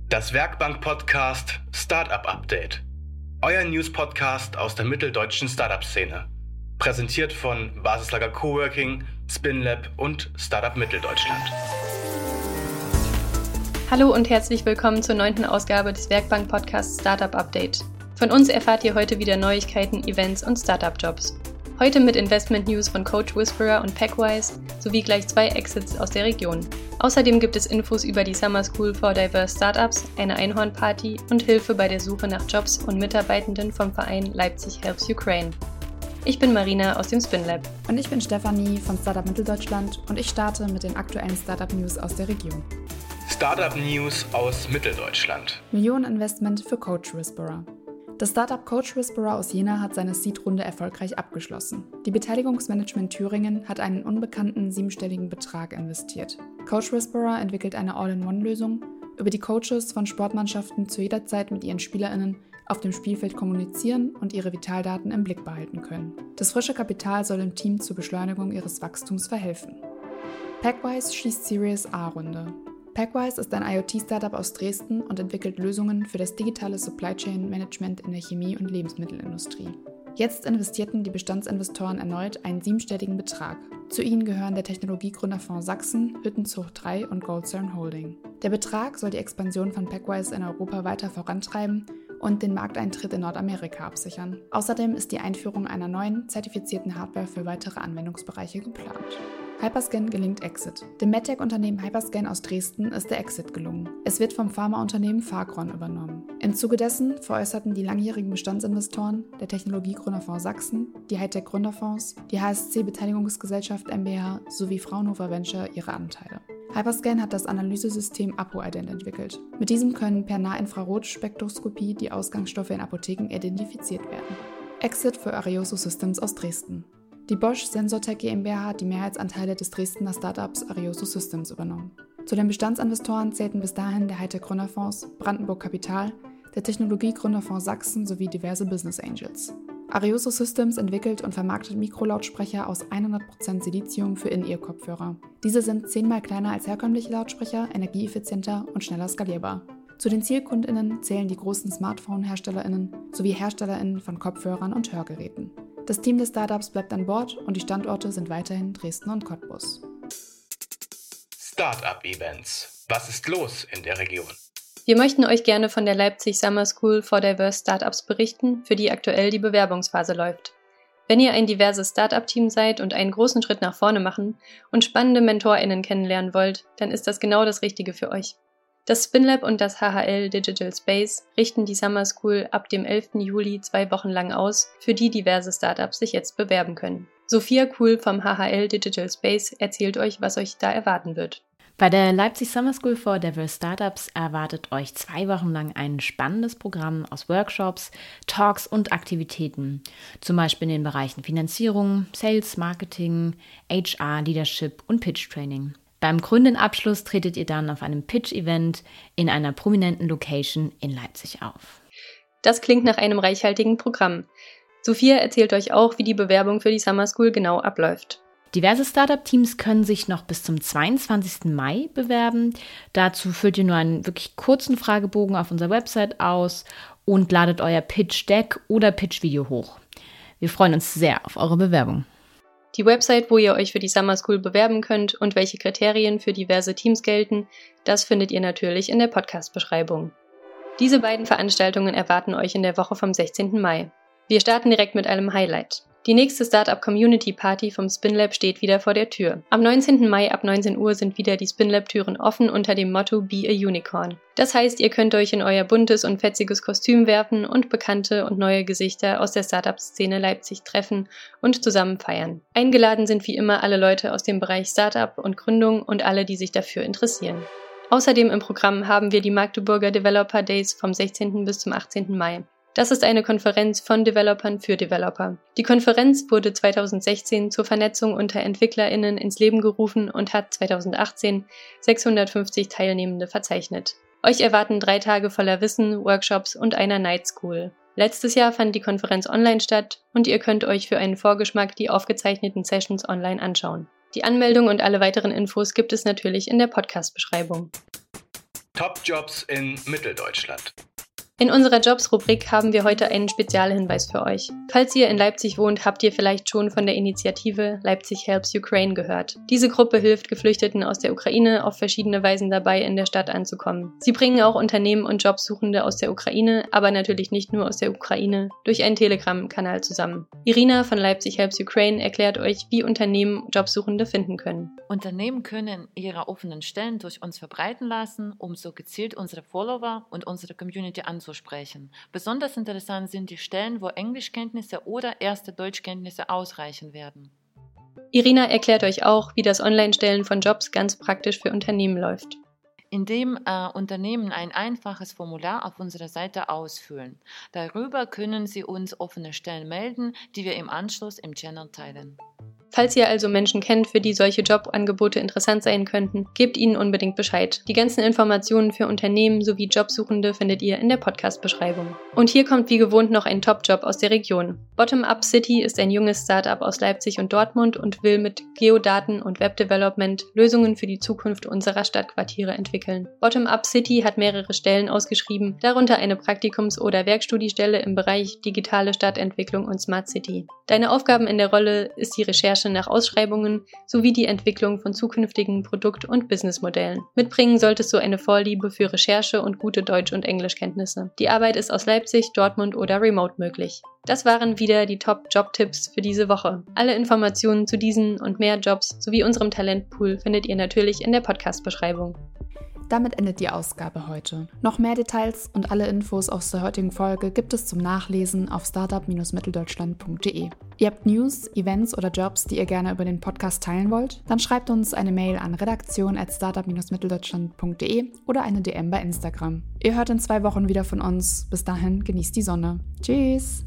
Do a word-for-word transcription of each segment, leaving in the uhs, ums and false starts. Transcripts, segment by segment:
Das Werkbank-Podcast Startup Update. Euer News-Podcast aus der mitteldeutschen Startup-Szene. Präsentiert von Basislager Coworking, SpinLab und Startup Mitteldeutschland. Hallo und herzlich willkommen zur neunten Ausgabe des Werkbank-Podcasts Startup Update. Von uns erfahrt ihr heute wieder Neuigkeiten, Events und Startup-Jobs. Heute mit Investment-News von Coach Whisperer und Packwise sowie gleich zwei Exits aus der Region. Außerdem gibt es Infos über die Summer School for Diverse Startups, eine Einhornparty und Hilfe bei der Suche nach Jobs und Mitarbeitenden vom Verein Leipzig Helps Ukraine. Ich bin Marina aus dem SpinLab. Und ich bin Stefanie von Startup Mitteldeutschland und ich starte mit den aktuellen Startup-News aus der Region. Startup News aus Mitteldeutschland. Millioneninvestment für Coach Whisperer. Das Startup Coach Whisperer aus Jena hat seine Seed-Runde erfolgreich abgeschlossen. Die Beteiligungsmanagement Thüringen hat einen unbekannten siebenstelligen Betrag investiert. Coach Whisperer entwickelt eine All-in-One-Lösung, über die Coaches von Sportmannschaften zu jeder Zeit mit ihren SpielerInnen auf dem Spielfeld kommunizieren und ihre Vitaldaten im Blick behalten können. Das frische Kapital soll dem Team zur Beschleunigung ihres Wachstums verhelfen. Packwise schießt Series A-Runde. Packwise ist ein IoT-Startup aus Dresden und entwickelt Lösungen für das digitale Supply Chain Management in der Chemie- und Lebensmittelindustrie. Jetzt investierten die Bestandsinvestoren erneut einen siebenstelligen Betrag. Zu ihnen gehören der Technologiegründerfonds Sachsen, Hüttenzug drei und Goldcern Holding. Der Betrag soll die Expansion von Packwise in Europa weiter vorantreiben und den Markteintritt in Nordamerika absichern. Außerdem ist die Einführung einer neuen, zertifizierten Hardware für weitere Anwendungsbereiche geplant. Hyperscan gelingt Exit. Dem MedTech-Unternehmen Hyperscan aus Dresden ist der Exit gelungen. Es wird vom Pharmaunternehmen Pharkron übernommen. Im Zuge dessen veräußerten die langjährigen Bestandsinvestoren, der Technologiegründerfonds Sachsen, die Hightech-Gründerfonds, die H S C Beteiligungsgesellschaft GmbH sowie Fraunhofer Venture ihre Anteile. Hyperscan hat das Analysesystem ApoIdent entwickelt. Mit diesem können per Nahinfrarotspektroskopie die Ausgangsstoffe in Apotheken identifiziert werden. Exit für Arioso Systems aus Dresden. Die Bosch Sensortech GmbH hat die Mehrheitsanteile des Dresdner Startups Arioso Systems übernommen. Zu den Bestandsinvestoren zählten bis dahin der Hightech-Gründerfonds, Brandenburg Capital, der Technologie-Gründerfonds Sachsen sowie diverse Business Angels. Arioso Systems entwickelt und vermarktet Mikrolautsprecher aus hundert Prozent Silizium für In-Ear-Kopfhörer. Diese sind zehnmal kleiner als herkömmliche Lautsprecher, energieeffizienter und schneller skalierbar. Zu den ZielkundInnen zählen die großen Smartphone-HerstellerInnen sowie HerstellerInnen von Kopfhörern und Hörgeräten. Das Team des Startups bleibt an Bord und die Standorte sind weiterhin Dresden und Cottbus. Startup-Events. Was ist los in der Region? Wir möchten euch gerne von der Leipzig Summer School for Diverse Startups berichten, für die aktuell die Bewerbungsphase läuft. Wenn ihr ein diverses Startup-Team seid und einen großen Schritt nach vorne machen und spannende MentorInnen kennenlernen wollt, dann ist das genau das Richtige für euch. Das SpinLab und das H H L Digital Space richten die Summer School ab dem elften Juli zwei Wochen lang aus, für die diverse Startups sich jetzt bewerben können. Sophia Kuhl vom H H L Digital Space erzählt euch, was euch da erwarten wird. Bei der Leipzig Summer School for Diverse Startups erwartet euch zwei Wochen lang ein spannendes Programm aus Workshops, Talks und Aktivitäten, zum Beispiel in den Bereichen Finanzierung, Sales, Marketing, H R, Leadership und Pitch-Training. Beim Gründenabschluss tretet ihr dann auf einem Pitch-Event in einer prominenten Location in Leipzig auf. Das klingt nach einem reichhaltigen Programm. Sophia erzählt euch auch, wie die Bewerbung für die Summer School genau abläuft. Diverse Startup-Teams können sich noch bis zum zweiundzwanzigsten Mai bewerben. Dazu füllt ihr nur einen wirklich kurzen Fragebogen auf unserer Website aus und ladet euer Pitch-Deck oder Pitch-Video hoch. Wir freuen uns sehr auf eure Bewerbung. Die Website, wo ihr euch für die Summer School bewerben könnt und welche Kriterien für diverse Teams gelten, das findet ihr natürlich in der Podcast-Beschreibung. Diese beiden Veranstaltungen erwarten euch in der Woche vom sechzehnten Mai. Wir starten direkt mit einem Highlight. Die nächste Startup Community Party vom SpinLab steht wieder vor der Tür. Am neunzehnten Mai ab neunzehn Uhr sind wieder die SpinLab-Türen offen unter dem Motto Be a Unicorn. Das heißt, ihr könnt euch in euer buntes und fetziges Kostüm werfen und bekannte und neue Gesichter aus der Startup-Szene Leipzig treffen und zusammen feiern. Eingeladen sind wie immer alle Leute aus dem Bereich Startup und Gründung und alle, die sich dafür interessieren. Außerdem im Programm haben wir die Magdeburger Developer Days vom sechzehnten bis zum achtzehnten Mai. Das ist eine Konferenz von Developern für Developer. Die Konferenz wurde zweitausendsechzehn zur Vernetzung unter EntwicklerInnen ins Leben gerufen und hat zweitausendachtzehn sechshundertfünfzig Teilnehmende verzeichnet. Euch erwarten drei Tage voller Wissen, Workshops und einer Night School. Letztes Jahr fand die Konferenz online statt und ihr könnt euch für einen Vorgeschmack die aufgezeichneten Sessions online anschauen. Die Anmeldung und alle weiteren Infos gibt es natürlich in der Podcast-Beschreibung. Top-Jobs in Mitteldeutschland. In unserer Jobs-Rubrik haben wir heute einen Spezialhinweis für euch. Falls ihr in Leipzig wohnt, habt ihr vielleicht schon von der Initiative Leipzig Helps Ukraine gehört. Diese Gruppe hilft Geflüchteten aus der Ukraine auf verschiedene Weisen dabei, in der Stadt anzukommen. Sie bringen auch Unternehmen und Jobsuchende aus der Ukraine, aber natürlich nicht nur aus der Ukraine, durch einen Telegram-Kanal zusammen. Irina von Leipzig Helps Ukraine erklärt euch, wie Unternehmen Jobsuchende finden können. Unternehmen können ihre offenen Stellen durch uns verbreiten lassen, um so gezielt unsere Follower und unsere Community anzusprechen. Sprechen. Besonders interessant sind die Stellen, wo Englischkenntnisse oder erste Deutschkenntnisse ausreichen werden. Irina erklärt euch auch, wie das Online-Stellen von Jobs ganz praktisch für Unternehmen läuft. Indem äh, Unternehmen ein einfaches Formular auf unserer Seite ausfüllen. Darüber können sie uns offene Stellen melden, die wir im Anschluss im Channel teilen. Falls ihr also Menschen kennt, für die solche Jobangebote interessant sein könnten, gebt ihnen unbedingt Bescheid. Die ganzen Informationen für Unternehmen sowie Jobsuchende findet ihr in der Podcast-Beschreibung. Und hier kommt wie gewohnt noch ein Top-Job aus der Region. Bottom Up City ist ein junges Startup aus Leipzig und Dortmund und will mit Geodaten und Webdevelopment Lösungen für die Zukunft unserer Stadtquartiere entwickeln. Bottom Up City hat mehrere Stellen ausgeschrieben, darunter eine Praktikums- oder Werkstudiestelle im Bereich digitale Stadtentwicklung und Smart City. Deine Aufgaben in der Rolle ist die Recherche nach Ausschreibungen sowie die Entwicklung von zukünftigen Produkt- und Businessmodellen. Mitbringen solltest du eine Vorliebe für Recherche und gute Deutsch- und Englischkenntnisse. Die Arbeit ist aus Leipzig, Dortmund oder remote möglich. Das waren wieder die Top-Job-Tipps für diese Woche. Alle Informationen zu diesen und mehr Jobs sowie unserem Talentpool findet ihr natürlich in der Podcast-Beschreibung. Damit endet die Ausgabe heute. Noch mehr Details und alle Infos aus der heutigen Folge gibt es zum Nachlesen auf startup Bindestrich mitteldeutschland punkt de. Ihr habt News, Events oder Jobs, die ihr gerne über den Podcast teilen wollt? Dann schreibt uns eine Mail an redaktion at startup Bindestrich mitteldeutschland punkt de oder eine D M bei Instagram. Ihr hört in zwei Wochen wieder von uns. Bis dahin, genießt die Sonne. Tschüss!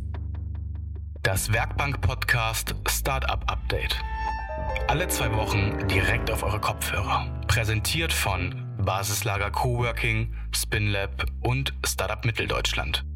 Das Werkbank-Podcast Startup Update. Alle zwei Wochen direkt auf eure Kopfhörer. Präsentiert von Basislager Coworking, Spinlab und Startup Mitteldeutschland.